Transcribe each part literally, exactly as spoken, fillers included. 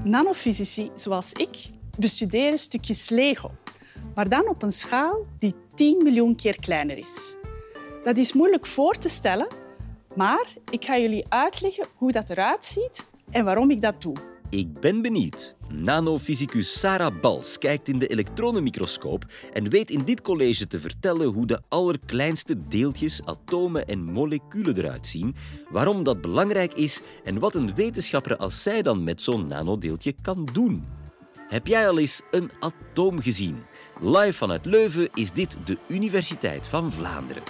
Nanofysici zoals ik bestuderen stukjes Lego, maar dan op een schaal die tien miljoen keer kleiner is. Dat is moeilijk voor te stellen, maar ik ga jullie uitleggen hoe dat eruit ziet en waarom ik dat doe. Ik ben benieuwd. Nanofysicus Sarah Bals kijkt in de elektronenmicroscoop en weet in dit college te vertellen hoe de allerkleinste deeltjes, atomen en moleculen eruit zien, waarom dat belangrijk is en wat een wetenschapper als zij dan met zo'n nanodeeltje kan doen. Heb jij al eens een atoom gezien? Live vanuit Leuven is dit de Universiteit van Vlaanderen.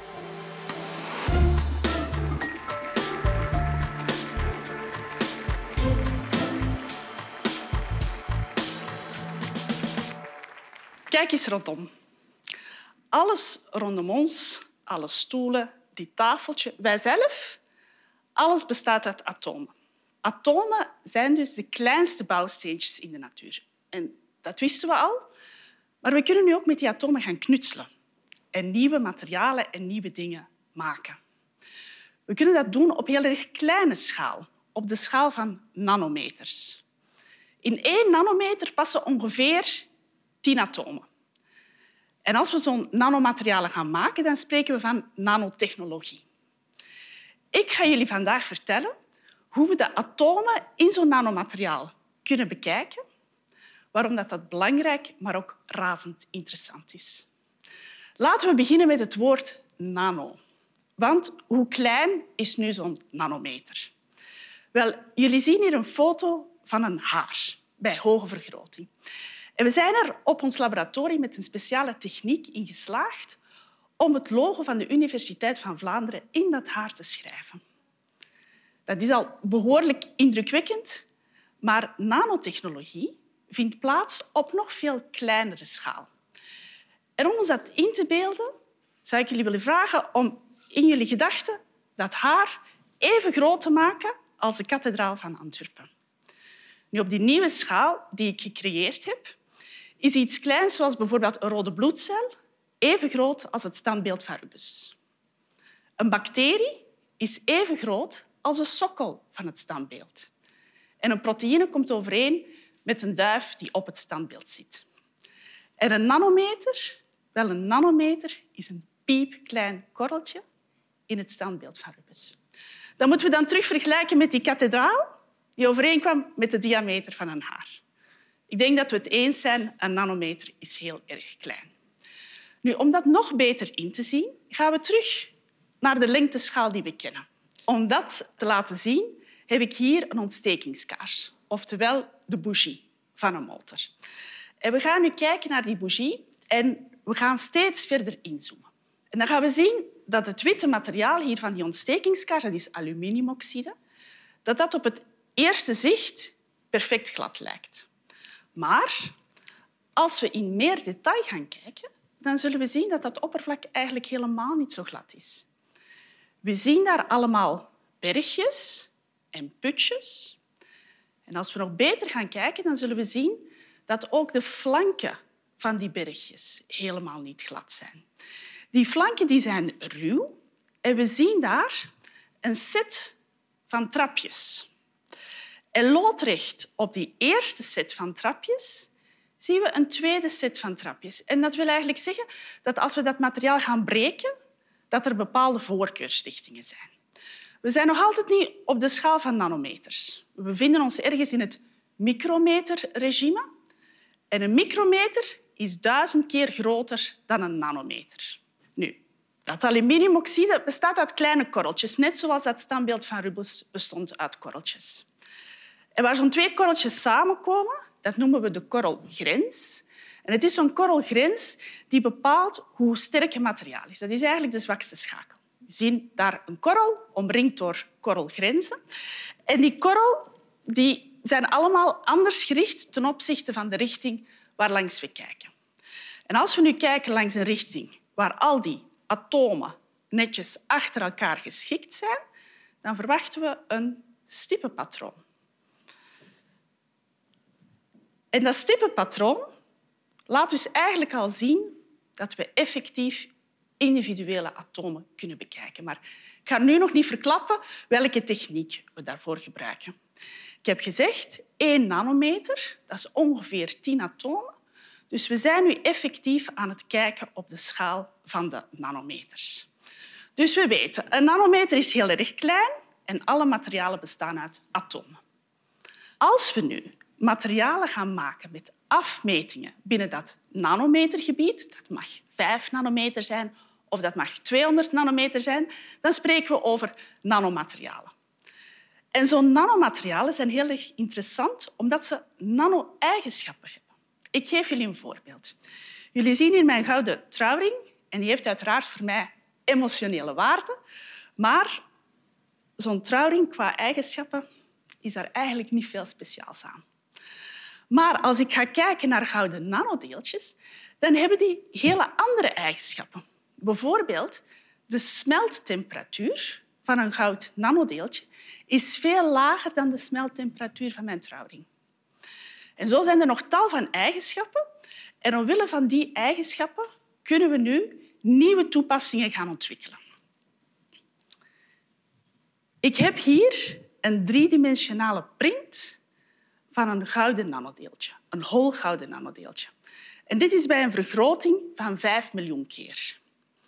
Kijk eens rondom. Alles rondom ons, alle stoelen, dit tafeltje, wijzelf, alles bestaat uit atomen. Atomen zijn dus de kleinste bouwsteentjes in de natuur. En dat wisten we al, maar we kunnen nu ook met die atomen gaan knutselen en nieuwe materialen en nieuwe dingen maken. We kunnen dat doen op heel erg kleine schaal, op de schaal van nanometers. In één nanometer passen ongeveer tien atomen. En als we zo'n nanomaterialen gaan maken, dan spreken we van nanotechnologie. Ik ga jullie vandaag vertellen hoe we de atomen in zo'n nanomateriaal kunnen bekijken, waarom dat, dat belangrijk, maar ook razend interessant is. Laten we beginnen met het woord nano. Want hoe klein is nu zo'n nanometer? Wel, jullie zien hier een foto van een haar bij hoge vergroting. En we zijn er op ons laboratorium met een speciale techniek in geslaagd om het logo van de Universiteit van Vlaanderen in dat haar te schrijven. Dat is al behoorlijk indrukwekkend, maar nanotechnologie vindt plaats op nog veel kleinere schaal. En om ons dat in te beelden, zou ik jullie willen vragen om in jullie gedachten dat haar even groot te maken als de kathedraal van Antwerpen. Nu, op die nieuwe schaal die ik gecreëerd heb, is iets kleins, zoals bijvoorbeeld een rode bloedcel, even groot als het standbeeld van Rubens. Een bacterie is even groot als de sokkel van het standbeeld. En een proteïne komt overeen met een duif die op het standbeeld zit. En een nanometer, wel een nanometer is een piepklein korreltje in het standbeeld van Rubens. Dat moeten we dan terug vergelijken met die kathedraal die overeenkwam met de diameter van een haar. Ik denk dat we het eens zijn, een nanometer is heel erg klein. Nu, om dat nog beter in te zien, gaan we terug naar de lengteschaal die we kennen. Om dat te laten zien, heb ik hier een ontstekingskaars, oftewel de bougie van een motor. En we gaan nu kijken naar die bougie en we gaan steeds verder inzoomen. En dan gaan we zien dat het witte materiaal hier van die ontstekingskaars, dat is aluminiumoxide, dat dat op het eerste zicht perfect glad lijkt. Maar als we in meer detail gaan kijken, dan zullen we zien dat dat oppervlak eigenlijk helemaal niet zo glad is. We zien daar allemaal bergjes en putjes. En als we nog beter gaan kijken, dan zullen we zien dat ook de flanken van die bergjes helemaal niet glad zijn. Die flanken die zijn ruw en we zien daar een set van trapjes. En loodrecht op die eerste set van trapjes zien we een tweede set van trapjes. En dat wil eigenlijk zeggen dat als we dat materiaal gaan breken, dat er bepaalde voorkeursrichtingen zijn. We zijn nog altijd niet op de schaal van nanometers. We bevinden ons ergens in het micrometerregime. En een micrometer is duizend keer groter dan een nanometer. Nu, dat aluminiumoxide bestaat uit kleine korreltjes, net zoals dat standbeeld van Rubens bestond uit korreltjes. En waar zo'n twee korreltjes samenkomen, dat noemen we de korrelgrens. En het is zo'n korrelgrens die bepaalt hoe sterk een materiaal is. Dat is eigenlijk de zwakste schakel. We zien daar een korrel, omringd door korrelgrenzen. En die korrel die zijn allemaal anders gericht ten opzichte van de richting waarlangs we kijken. En als we nu kijken langs een richting waar al die atomen netjes achter elkaar geschikt zijn, dan verwachten we een stippenpatroon. En dat stippenpatroon laat dus eigenlijk al zien dat we effectief individuele atomen kunnen bekijken. Maar ik ga nu nog niet verklappen welke techniek we daarvoor gebruiken. Ik heb gezegd één nanometer, dat is ongeveer tien atomen. Dus we zijn nu effectief aan het kijken op de schaal van de nanometers. Dus we weten, een nanometer is heel erg klein en alle materialen bestaan uit atomen. Als we nu materialen gaan maken met afmetingen binnen dat nanometergebied, dat mag vijf nanometer zijn of dat mag tweehonderd nanometer zijn, dan spreken we over nanomaterialen. En zo'n nanomaterialen zijn heel erg interessant omdat ze nano-eigenschappen hebben. Ik geef jullie een voorbeeld. Jullie zien hier mijn gouden trouwring en die heeft uiteraard voor mij emotionele waarde, maar zo'n trouwring qua eigenschappen is daar eigenlijk niet veel speciaals aan. Maar als ik ga kijken naar gouden nanodeeltjes, dan hebben die hele andere eigenschappen. Bijvoorbeeld, de smelttemperatuur van een goud nanodeeltje is veel lager dan de smelttemperatuur van mijn trouwring. En zo zijn er nog tal van eigenschappen. En omwille van die eigenschappen kunnen we nu nieuwe toepassingen gaan ontwikkelen. Ik heb hier een driedimensionale print van een gouden nanodeeltje, een hol gouden nanodeeltje. En dit is bij een vergroting van vijf miljoen keer.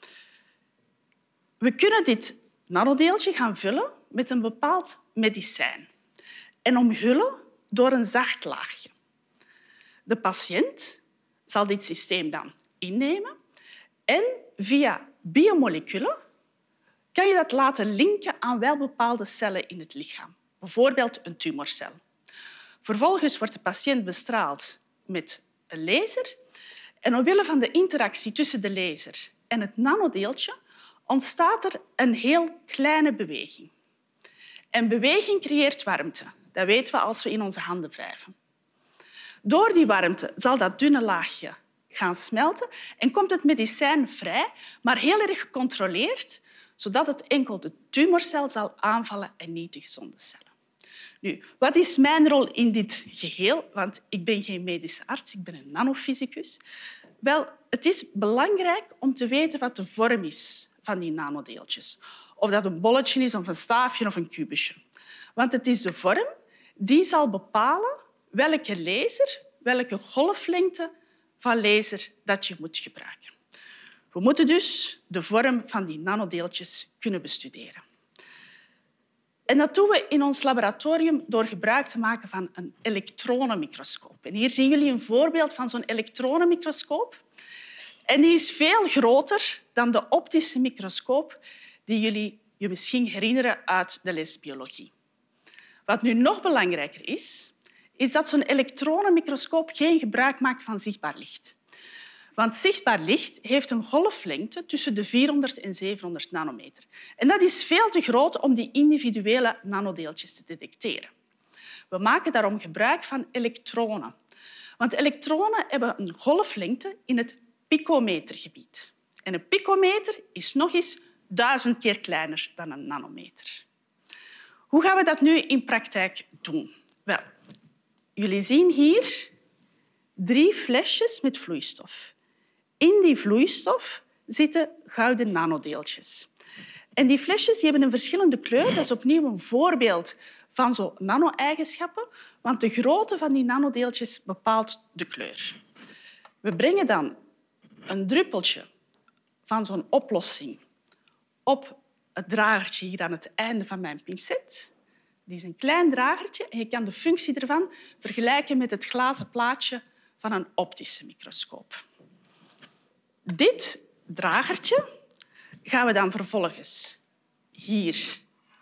We kunnen dit nanodeeltje gaan vullen met een bepaald medicijn en omhullen door een zacht laagje. De patiënt zal dit systeem dan innemen en via biomoleculen kan je dat laten linken aan welbepaalde cellen in het lichaam, bijvoorbeeld een tumorcel. Vervolgens wordt de patiënt bestraald met een laser en omwille van de interactie tussen de laser en het nanodeeltje ontstaat er een heel kleine beweging. En beweging creëert warmte. Dat weten we als we in onze handen wrijven. Door die warmte zal dat dunne laagje gaan smelten en komt het medicijn vrij, maar heel erg gecontroleerd, zodat het enkel de tumorcel zal aanvallen en niet de gezonde cellen. Nu, wat is mijn rol in dit geheel? Want ik ben geen medische arts, ik ben een nanofysicus. Wel, het is belangrijk om te weten wat de vorm is van die nanodeeltjes. Of dat een bolletje is, of een staafje of een kubusje. Want het is de vorm die zal bepalen welke laser, welke golflengte van laser dat je moet gebruiken. We moeten dus de vorm van die nanodeeltjes kunnen bestuderen. En dat doen we in ons laboratorium door gebruik te maken van een elektronenmicroscoop. En hier zien jullie een voorbeeld van zo'n elektronenmicroscoop. En die is veel groter dan de optische microscoop die jullie je misschien herinneren uit de les biologie. Wat nu nog belangrijker is, is dat zo'n elektronenmicroscoop geen gebruik maakt van zichtbaar licht. Want zichtbaar licht heeft een golflengte tussen de vierhonderd en zevenhonderd nanometer. En dat is veel te groot om die individuele nanodeeltjes te detecteren. We maken daarom gebruik van elektronen. Want elektronen hebben een golflengte in het picometergebied. En een picometer is nog eens duizend keer kleiner dan een nanometer. Hoe gaan we dat nu in praktijk doen? Wel, jullie zien hier drie flesjes met vloeistof. In die vloeistof zitten gouden nanodeeltjes. En die flesjes die hebben een verschillende kleur. Dat is opnieuw een voorbeeld van zo'n nano-eigenschappen, want de grootte van die nanodeeltjes bepaalt de kleur. We brengen dan een druppeltje van zo'n oplossing op het dragertje hier aan het einde van mijn pincet. Die is een klein dragertje en je kan de functie ervan vergelijken met het glazen plaatje van een optische microscoop. Dit dragertje gaan we dan vervolgens hier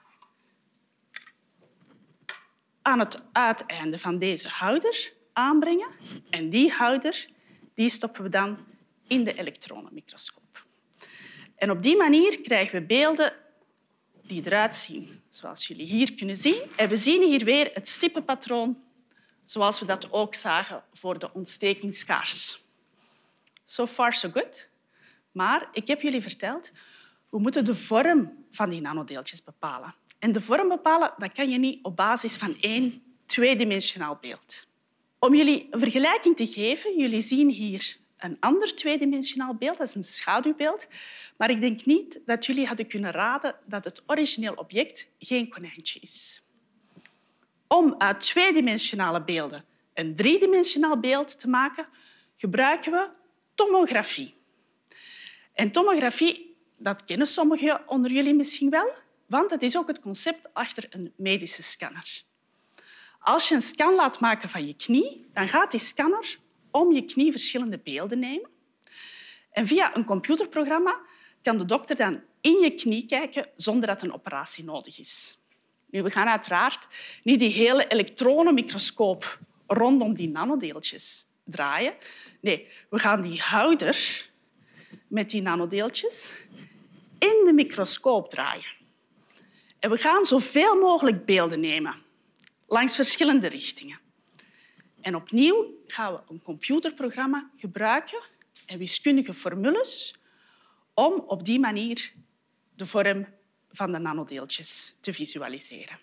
aan het uiteinde van deze houder aanbrengen. En die houder die stoppen we dan in de elektronenmicroscoop. En op die manier krijgen we beelden die eruit zien zoals jullie hier kunnen zien. En we zien hier weer het stippenpatroon zoals we dat ook zagen voor de ontstekingskaars. So far, so good. Maar ik heb jullie verteld, we moeten de vorm van die nanodeeltjes bepalen. En de vorm bepalen dat kan je niet op basis van één tweedimensionaal beeld. Om jullie een vergelijking te geven, jullie zien hier een ander tweedimensionaal beeld, dat is een schaduwbeeld. Maar ik denk niet dat jullie hadden kunnen raden dat het origineel object geen konijntje is. Om uit tweedimensionale beelden een driedimensionaal beeld te maken, gebruiken we tomografie. En tomografie, dat kennen sommigen onder jullie misschien wel, want het is ook het concept achter een medische scanner. Als je een scan laat maken van je knie, dan gaat die scanner om je knie verschillende beelden nemen. En via een computerprogramma kan de dokter dan in je knie kijken zonder dat een operatie nodig is. Nu, we gaan uiteraard niet die hele elektronenmicroscoop rondom die nanodeeltjes draaien. Nee, we gaan die houder met die nanodeeltjes in de microscoop draaien. En we gaan zoveel mogelijk beelden nemen, langs verschillende richtingen. En opnieuw gaan we een computerprogramma gebruiken en wiskundige formules om op die manier de vorm van de nanodeeltjes te visualiseren.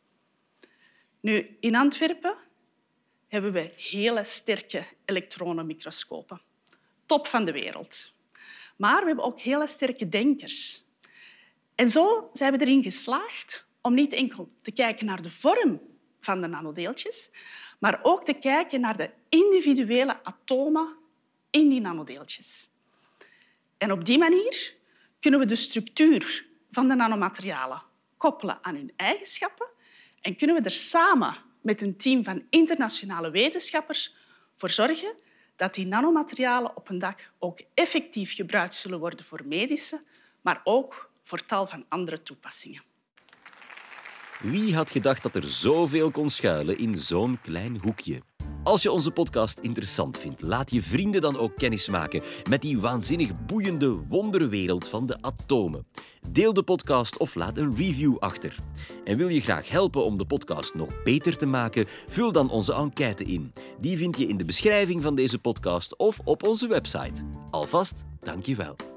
Nu, in Antwerpen hebben we hele sterke elektronenmicroscopen. Top van de wereld. Maar we hebben ook hele sterke denkers. En zo zijn we erin geslaagd om niet enkel te kijken naar de vorm van de nanodeeltjes, maar ook te kijken naar de individuele atomen in die nanodeeltjes. En op die manier kunnen we de structuur van de nanomaterialen koppelen aan hun eigenschappen en kunnen we er samen met een team van internationale wetenschappers voor zorgen dat die nanomaterialen op een dag ook effectief gebruikt zullen worden voor medische, maar ook voor tal van andere toepassingen. Wie had gedacht dat er zoveel kon schuilen in zo'n klein hoekje? Als je onze podcast interessant vindt, laat je vrienden dan ook kennismaken met die waanzinnig boeiende wonderwereld van de atomen. Deel de podcast of laat een review achter. En wil je graag helpen om de podcast nog beter te maken? Vul dan onze enquête in. Die vind je in de beschrijving van deze podcast of op onze website. Alvast, dank je wel.